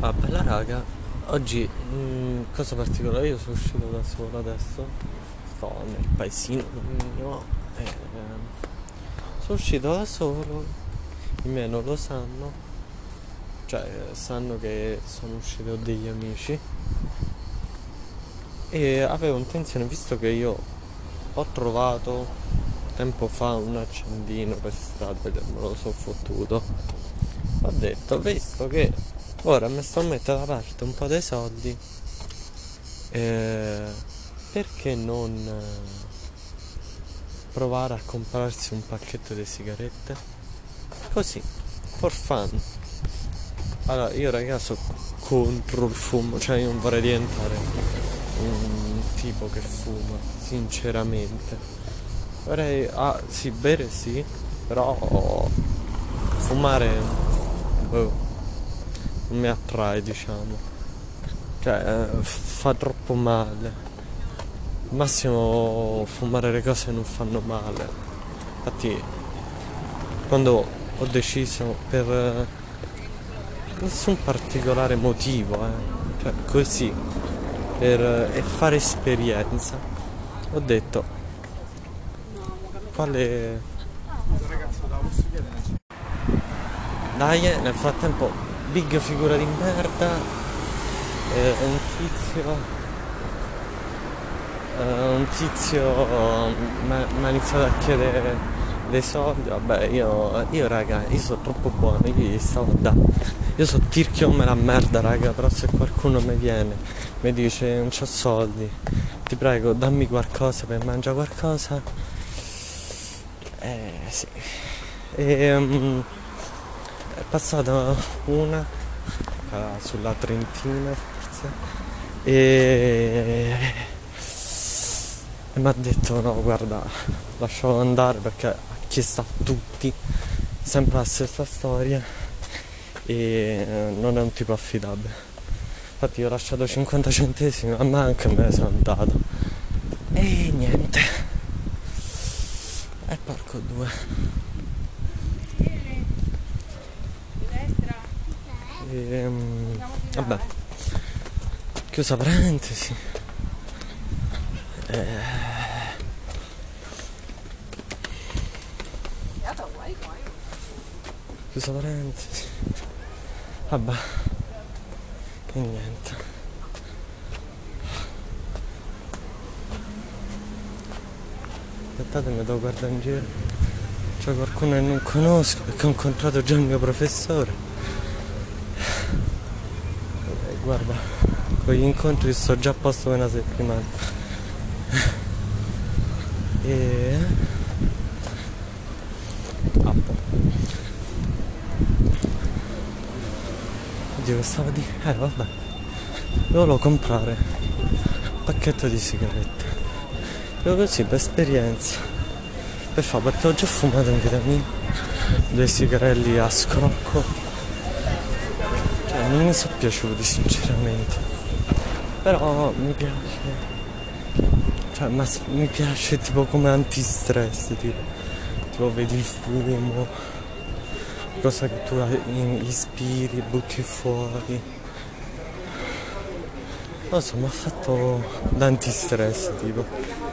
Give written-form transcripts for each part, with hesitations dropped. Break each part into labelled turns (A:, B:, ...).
A: Ah, bella raga, oggi cosa particolare, io sono uscito da solo adesso, sto nel paesino mio, sono uscito da solo, i miei non lo sanno, cioè sanno che sono uscito con degli amici e avevo intenzione, visto che io ho trovato tempo fa un accendino per strada che me lo so fottuto, ho detto, visto che ora mi sto a mettere da parte un po' dei soldi, eh, perché non provare a comprarsi un pacchetto di sigarette? Così, for fun. Allora, io ragazzi sono contro il fumo, cioè io non vorrei diventare un tipo che fuma, sinceramente. Vorrei, sì, bere sì, però fumare, boh, non mi attrae, diciamo. Cioè, fa troppo male. Al massimo fumare le cose non fanno male. Infatti, quando ho deciso per nessun particolare motivo, cioè così, per fare esperienza, ho detto, quale... Dai, nel frattempo, big figura di merda, un tizio mi ha iniziato a chiedere dei soldi, vabbè io raga, io sono troppo buono, io gli stavo a dare, io so tirchio come la merda raga, però se qualcuno mi viene, mi dice non c'ho soldi, ti prego dammi qualcosa per mangiare qualcosa, sì, e, è passata una sulla trentina forse e mi ha detto no guarda lascialo andare perché ha chiesto a tutti sempre la stessa storia e non è un tipo affidabile, infatti io ho lasciato 50 centesimi a manca e me ne sono andato e niente, e porco due. Vabbè, chiusa parentesi, chiusa parentesi, vabbè, e niente. Aspettate, mi devo guardare in giro, c'è qualcuno che non conosco perché ho incontrato già il mio professore. Guarda, con gli incontri sto già a posto per una settimana. E... Oddio, che stavo di... vabbè. Volevo comprare un pacchetto di sigarette. Io così per esperienza. Per fare, perché ho già fumato in vita mia due sigarelli a scrocco. Cioè, non mi sono piaciuti sinceramente. Però mi piace. Cioè, ma mi piace tipo come antistress, tipo vedi il fumo, cosa che tu ispiri, butti fuori. Non so, mi ha fatto d'antistress tipo.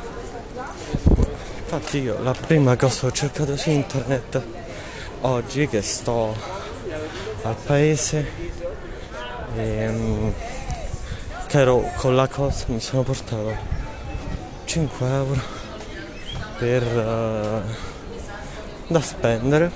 A: Infatti io la prima cosa che ho cercato su internet oggi che sto al paese che ero con la cosa mi sono portato 5 euro per da spendere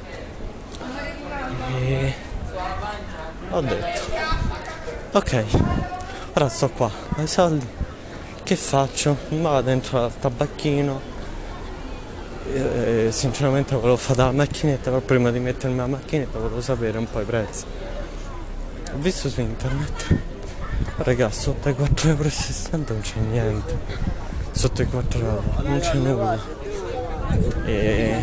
A: e ho detto ok, ora sto qua ho i soldi, che faccio? Vado dentro al tabacchino. Sinceramente volevo fare dalla macchinetta, però prima di mettermi la macchinetta volevo sapere un po' i prezzi. Ho visto su internet, ragazzi, sotto ai 4,60 € non c'è niente, sotto i 4 euro non c'è nulla. E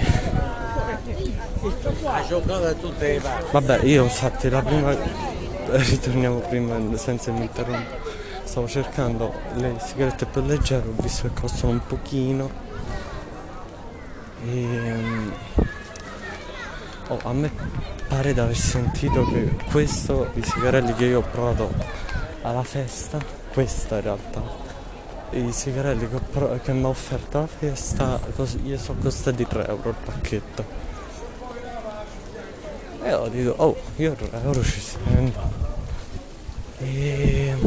A: vabbè, io infatti la prima, ritorniamo prima senza mi interrompere, stavo cercando le sigarette più leggere, ho visto che costano un pochino e Oh, a me pare di aver sentito che i sigarelli che io ho provato alla festa, questa in realtà, i sigarelli che mi ha offerto la festa, gli sono costati 3 euro il pacchetto. E io dico, oh, io 3 euro ci spendo. E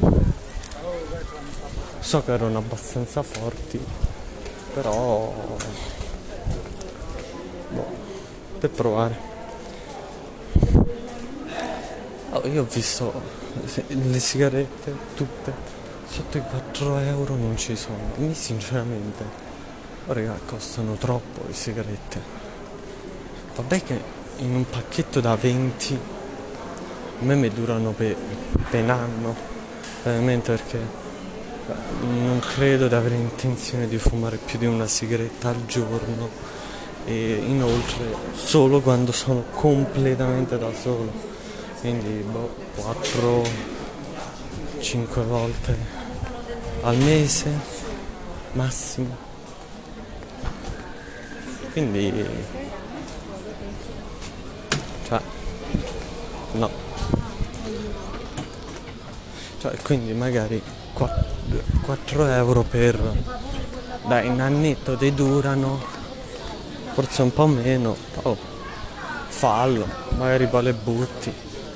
A: so che erano abbastanza forti, però boh, per provare. Oh, io ho visto le sigarette tutte sotto i 4 euro non ci sono. Mi sinceramente, oh, raga, costano troppo le sigarette. Vabbè che in un pacchetto da 20 a me mi durano per un anno, veramente, perché non credo di avere intenzione di fumare più di una sigaretta al giorno, e inoltre solo quando sono completamente da solo, quindi 4 5 volte al mese massimo, quindi cioè no, cioè quindi magari 4 euro per, dai, un annetto ti durano, forse un po' meno. Oh, fallo, magari poi le butti.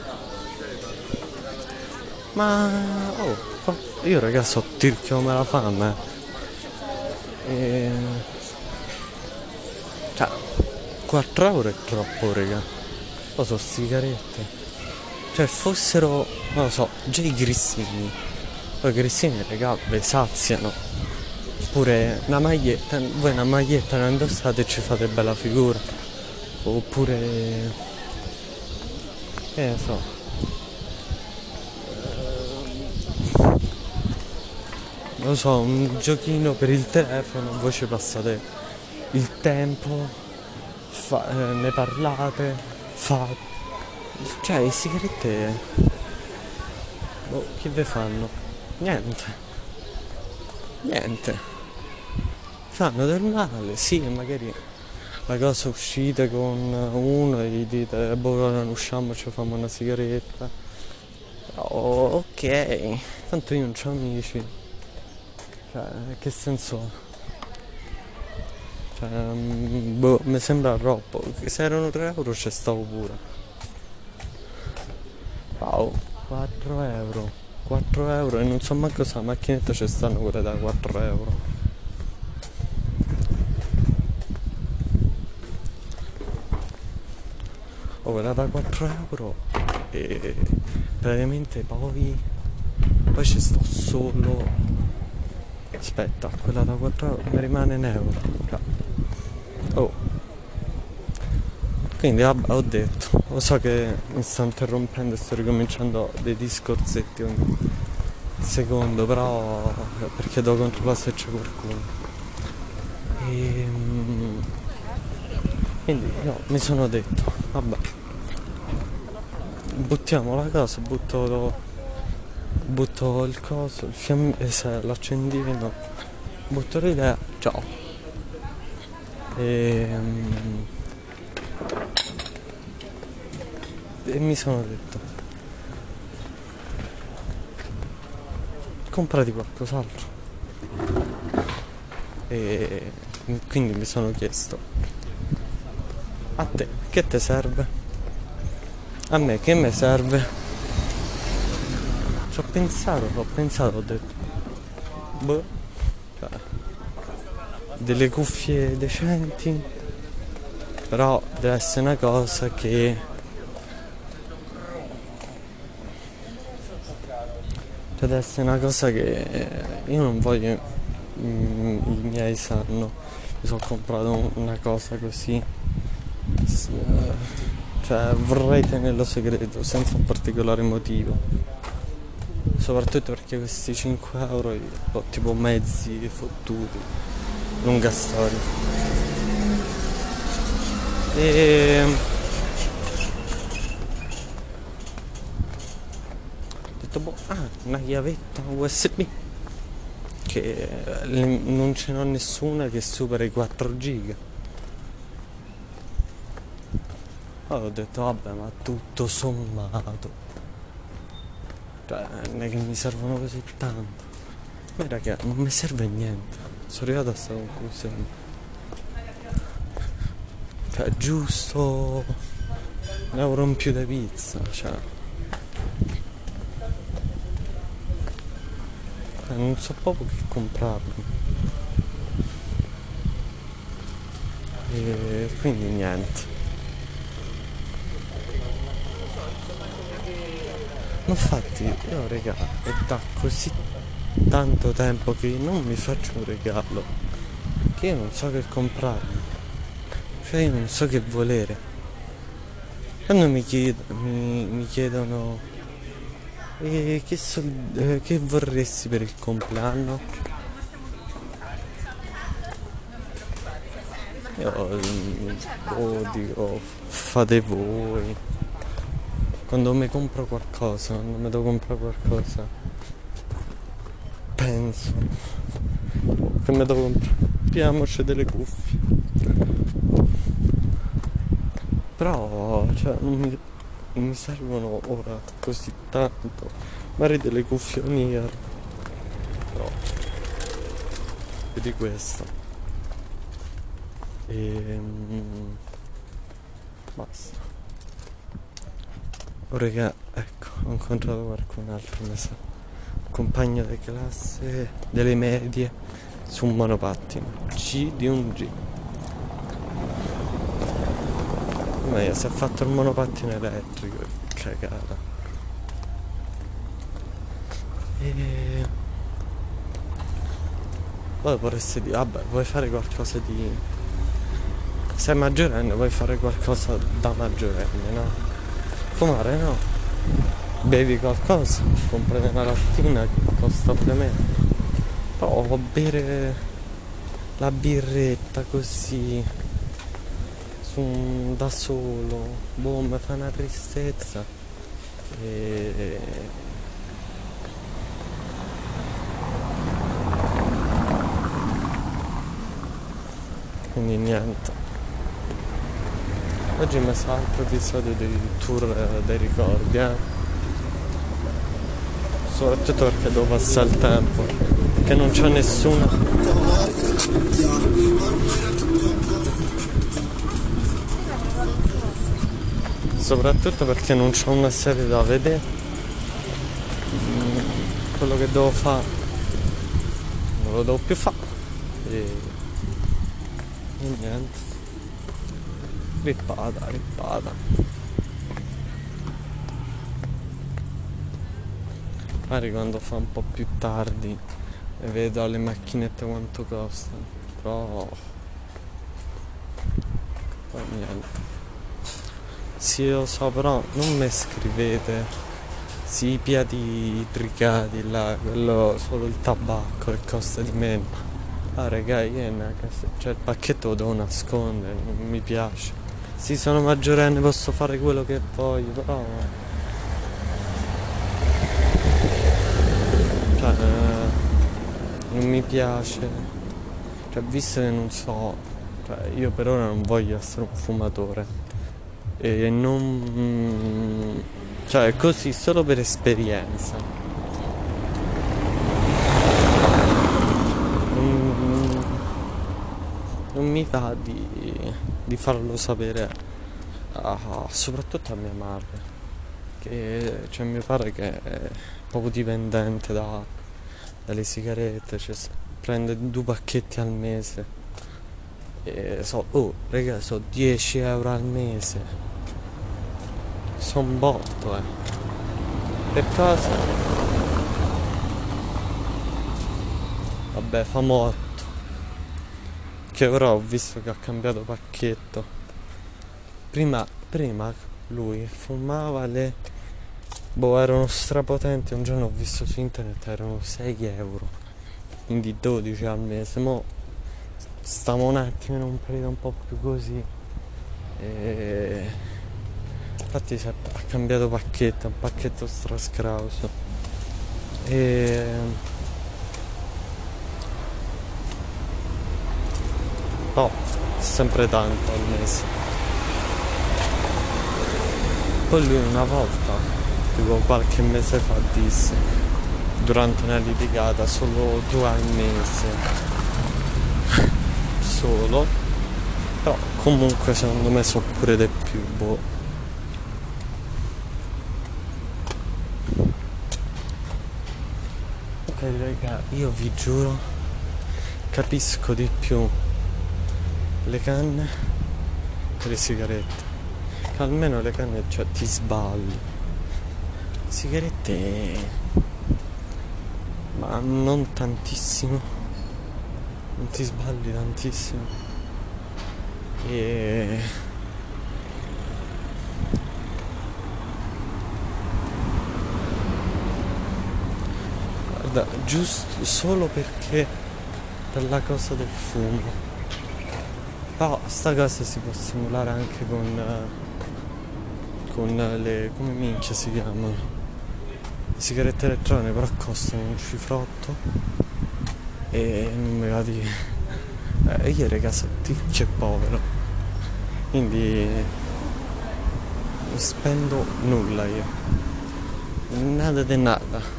A: Ma oh, io ragazzi so tirchio me la fame. E, cioè 4 euro è troppo, raga. Lo so, sigarette. Cioè fossero, non lo so, già i grissini. Poi i grissini, raga, vi saziano. Oppure una maglietta, voi una maglietta la indossate e ci fate bella figura. Oppure, che ne so, non lo so, un giochino per il telefono, voi ci passate il tempo, ne parlate, cioè le sigarette, boh, che ve fanno? Niente, niente, fanno del male, sì, magari la cosa uscite con uno e gli dite, boh, ora non usciamo, ci facciamo una sigaretta, però ok, tanto io non c'ho amici, cioè, che senso ha? Cioè, boh, mi sembra troppo. Se erano 3 euro ci stavo pure. Wow, 4 euro. 4 euro e non so manco se la macchinetta ci stanno quelle da 4 euro. Oh, quella da 4 euro e praticamente poi ci sto solo. Aspetta, quella da 4 euro mi rimane un euro. Oh. Quindi vabbè, ho detto, lo so che mi sto interrompendo e sto ricominciando dei discorsetti ogni secondo, però perché devo controllare se c'è qualcuno. E, quindi io mi sono detto, vabbè, buttiamo la cosa, butto il coso, l'accendino, butto l'idea, ciao. E mi sono detto, comprati qualcos'altro. E quindi mi sono chiesto, a te che te serve? A me che mi serve? Ci ho pensato, ho detto, boh, cioè, delle cuffie decenti, però deve essere una cosa che deve essere una cosa che io non voglio, i miei sanno, mi sono comprato una cosa così, cioè vorrei tenerlo segreto senza un particolare motivo, soprattutto perché questi 5 euro ho tipo mezzi fottuti, lunga storia. E ho detto, boh, una chiavetta USB, che non ce n'ho nessuna che supera i 4 giga. Allora ho detto vabbè, ma tutto sommato, cioè non è che mi servono così tanto. Ma raga, non mi serve niente. Sono arrivato a questa conclusione. Cioè, giusto un euro in più di pizza, cioè non so proprio che comprarmi. E quindi niente. Ma infatti io raga, è da così tanto tempo che non mi faccio un regalo, che io non so che comprarmi, cioè io non so che volere. Quando mi chiedono che vorresti per il compleanno, io dico fate voi. Quando mi compro qualcosa, quando mi devo comprare qualcosa, penso che mi devo comprare. Piamoci delle cuffie. Però, cioè, non mi servono ora così tanto. Magari delle cuffie on-ear. Però, più di questo. E basta. Ora che, ecco, ho incontrato qualcun altro, mi sa. Un compagno di classe delle medie su un monopattino. G di un G. Ma si è fatto il monopattino elettrico, che cagata. E poi vorresti dire, vabbè, vuoi fare qualcosa di... Sei maggiorenne, vuoi fare qualcosa da maggiorenne, no? Fumare, no? Bevi qualcosa, compri una lattina che costa pure meno. Però bere la birretta così, da solo, boh, mi fa una tristezza. E quindi niente. Oggi mi sa altro episodio del tour dei ricordi, soprattutto perché devo passare il tempo, che non c'è nessuno. Soprattutto perché non c'ho una serie da vedere. Quello che devo fare non lo devo più fare. E niente. Ripada, ripada. Magari quando fa un po' più tardi e vedo le macchinette quanto costano. Però poi niente. Sì, lo so, però non mi scrivete. Sì, i piatti idricati là, quello solo il tabacco che costa di meno. Ah raga, cioè il pacchetto lo devo nascondere, non mi piace. Sì, sono maggiorenne, posso fare quello che voglio, però cioè, non mi piace. Cioè, visto che non so, cioè, io per ora non voglio essere un fumatore. E non... cioè, così, solo per esperienza. Non, non mi va di farlo sapere, soprattutto a mia madre. Che cioè, mio padre che è proprio dipendente dalle sigarette, cioè prende 2 pacchetti al mese. E oh, raga, so 10 euro al mese. Son botto, eh. Per cosa? Vabbè, fa morto. Che ora ho visto che ha cambiato pacchetto. Prima lui fumava le... Boh, erano strapotenti. Un giorno ho visto su internet, erano 6 euro. Quindi 12 al mese. Mo stavo un attimo in un periodo un po' più così. E infatti ha cambiato pacchetto, un pacchetto strascrauso. E no, sempre tanto al mese. Poi lui una volta, tipo qualche mese fa, disse, durante una litigata, solo 2 al mese, solo, però comunque secondo me so pure di più, boh. Ok raga, io vi giuro, capisco di più le canne che le sigarette. Che almeno le canne, cioè, ti sballi. Sigarette, ma non tantissimo. Non ti sballi tantissimo. E guarda, giusto solo perché per la cosa del fumo. Però sta cosa si può simulare anche con le, come minchia si chiamano, le sigarette elettroniche, però costano un cifrotto e non mi va di io raga sono ticchio e povero, quindi non spendo nulla io, nada de nada.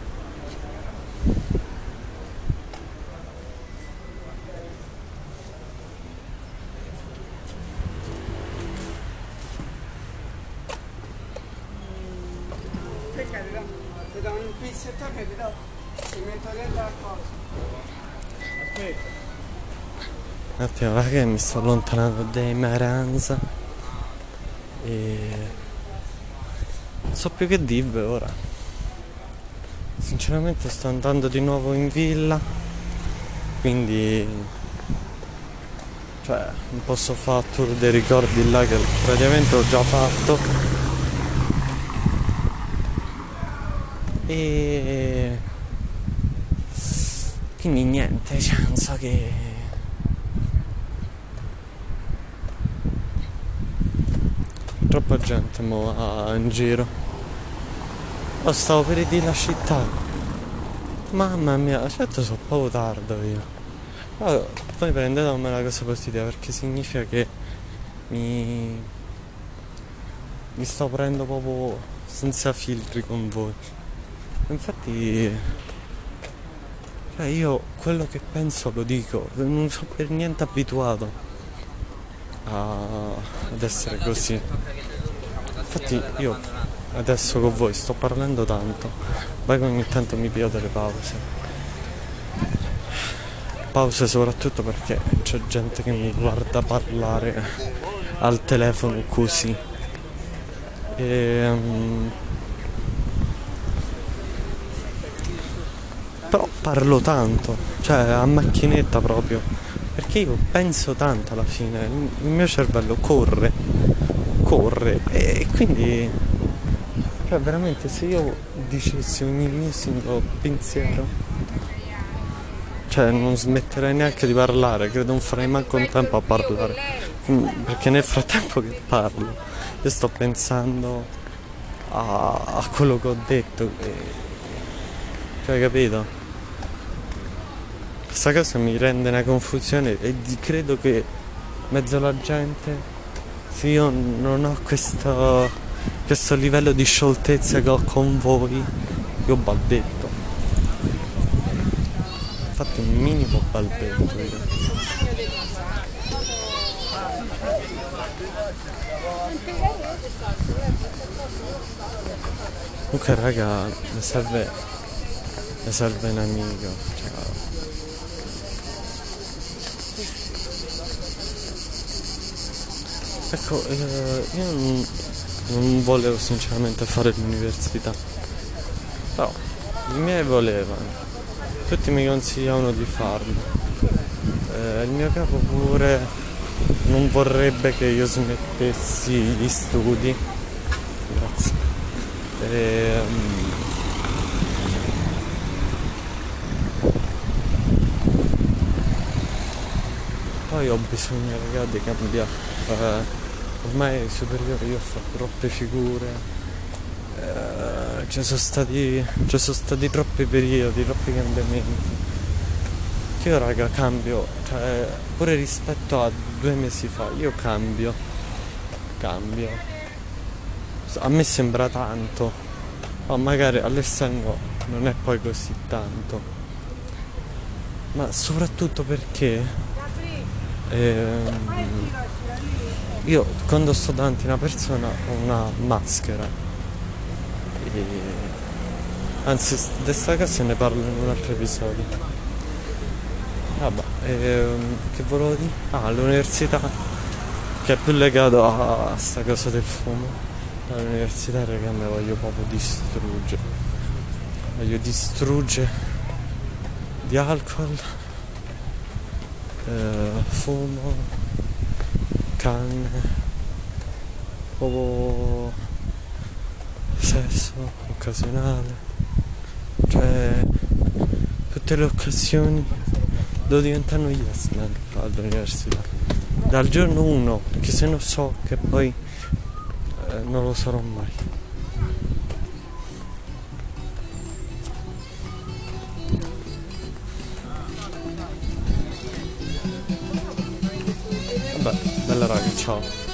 B: Ti do un pizzetto che ti do, ti metto dentro la cosa. Aspetta.
A: Un attimo, raga, che mi sto allontanando dai Maranza e non so più che dirvi ora. Sinceramente sto andando di nuovo in villa, quindi cioè non posso fare tour dei ricordi là che praticamente ho già fatto. E quindi niente, cioè non so che troppa gente in giro. Stavo per dire la città. Mamma mia, certo sono proprio tardo io. Allora, poi prendete come una cosa positiva perché significa che mi sto prendendo proprio senza filtri con voi. Infatti, cioè io quello che penso lo dico, non sono per niente abituato ad essere così. Infatti io adesso con voi sto parlando tanto, poi ogni tanto mi piglio delle pause soprattutto perché c'è gente che mi guarda parlare al telefono così e, però parlo tanto, cioè a macchinetta proprio, perché io penso tanto alla fine, il mio cervello corre e quindi cioè veramente se io dicessi ogni mio singolo pensiero, cioè non smetterei neanche di parlare, credo non farei manco un tempo a parlare, perché nel frattempo che parlo io sto pensando a quello che ho detto, cioè capito? Questa cosa mi rende una confusione e credo che mezzo alla gente, se io non ho questo livello di scioltezza che ho con voi, io balbetto. Infatti un minimo balbetto io. Comunque raga, mi serve un amico, cioè, ecco, io non volevo sinceramente fare l'università, però i miei volevano, tutti mi consigliavano di farlo, il mio capo pure non vorrebbe che io smettessi gli studi, grazie, poi ho bisogno raga di cambiare. Ormai ai superiori io ho fatto troppe figure, ci sono stati troppi periodi, troppi cambiamenti. Che io raga cambio, cioè pure rispetto a 2 mesi fa, io cambio. A me sembra tanto, ma magari all'esterno non è poi così tanto. Ma soprattutto perché io quando sto davanti a una persona ho una maschera. Anzi, di sta cosa ne parlo in un altro episodio. Vabbè, che volevo dire? Ah, all'università, che è più legato a sta cosa del fumo. All'università, raga, me voglio proprio distruggere. Voglio distruggere di alcol, fumo, canne, proprio sesso occasionale. Cioè, tutte le occasioni devo diventare uno yes man all'università. Dal giorno 1, perché se no so che poi non lo sarò mai. Vabbè, bella raga, ciao.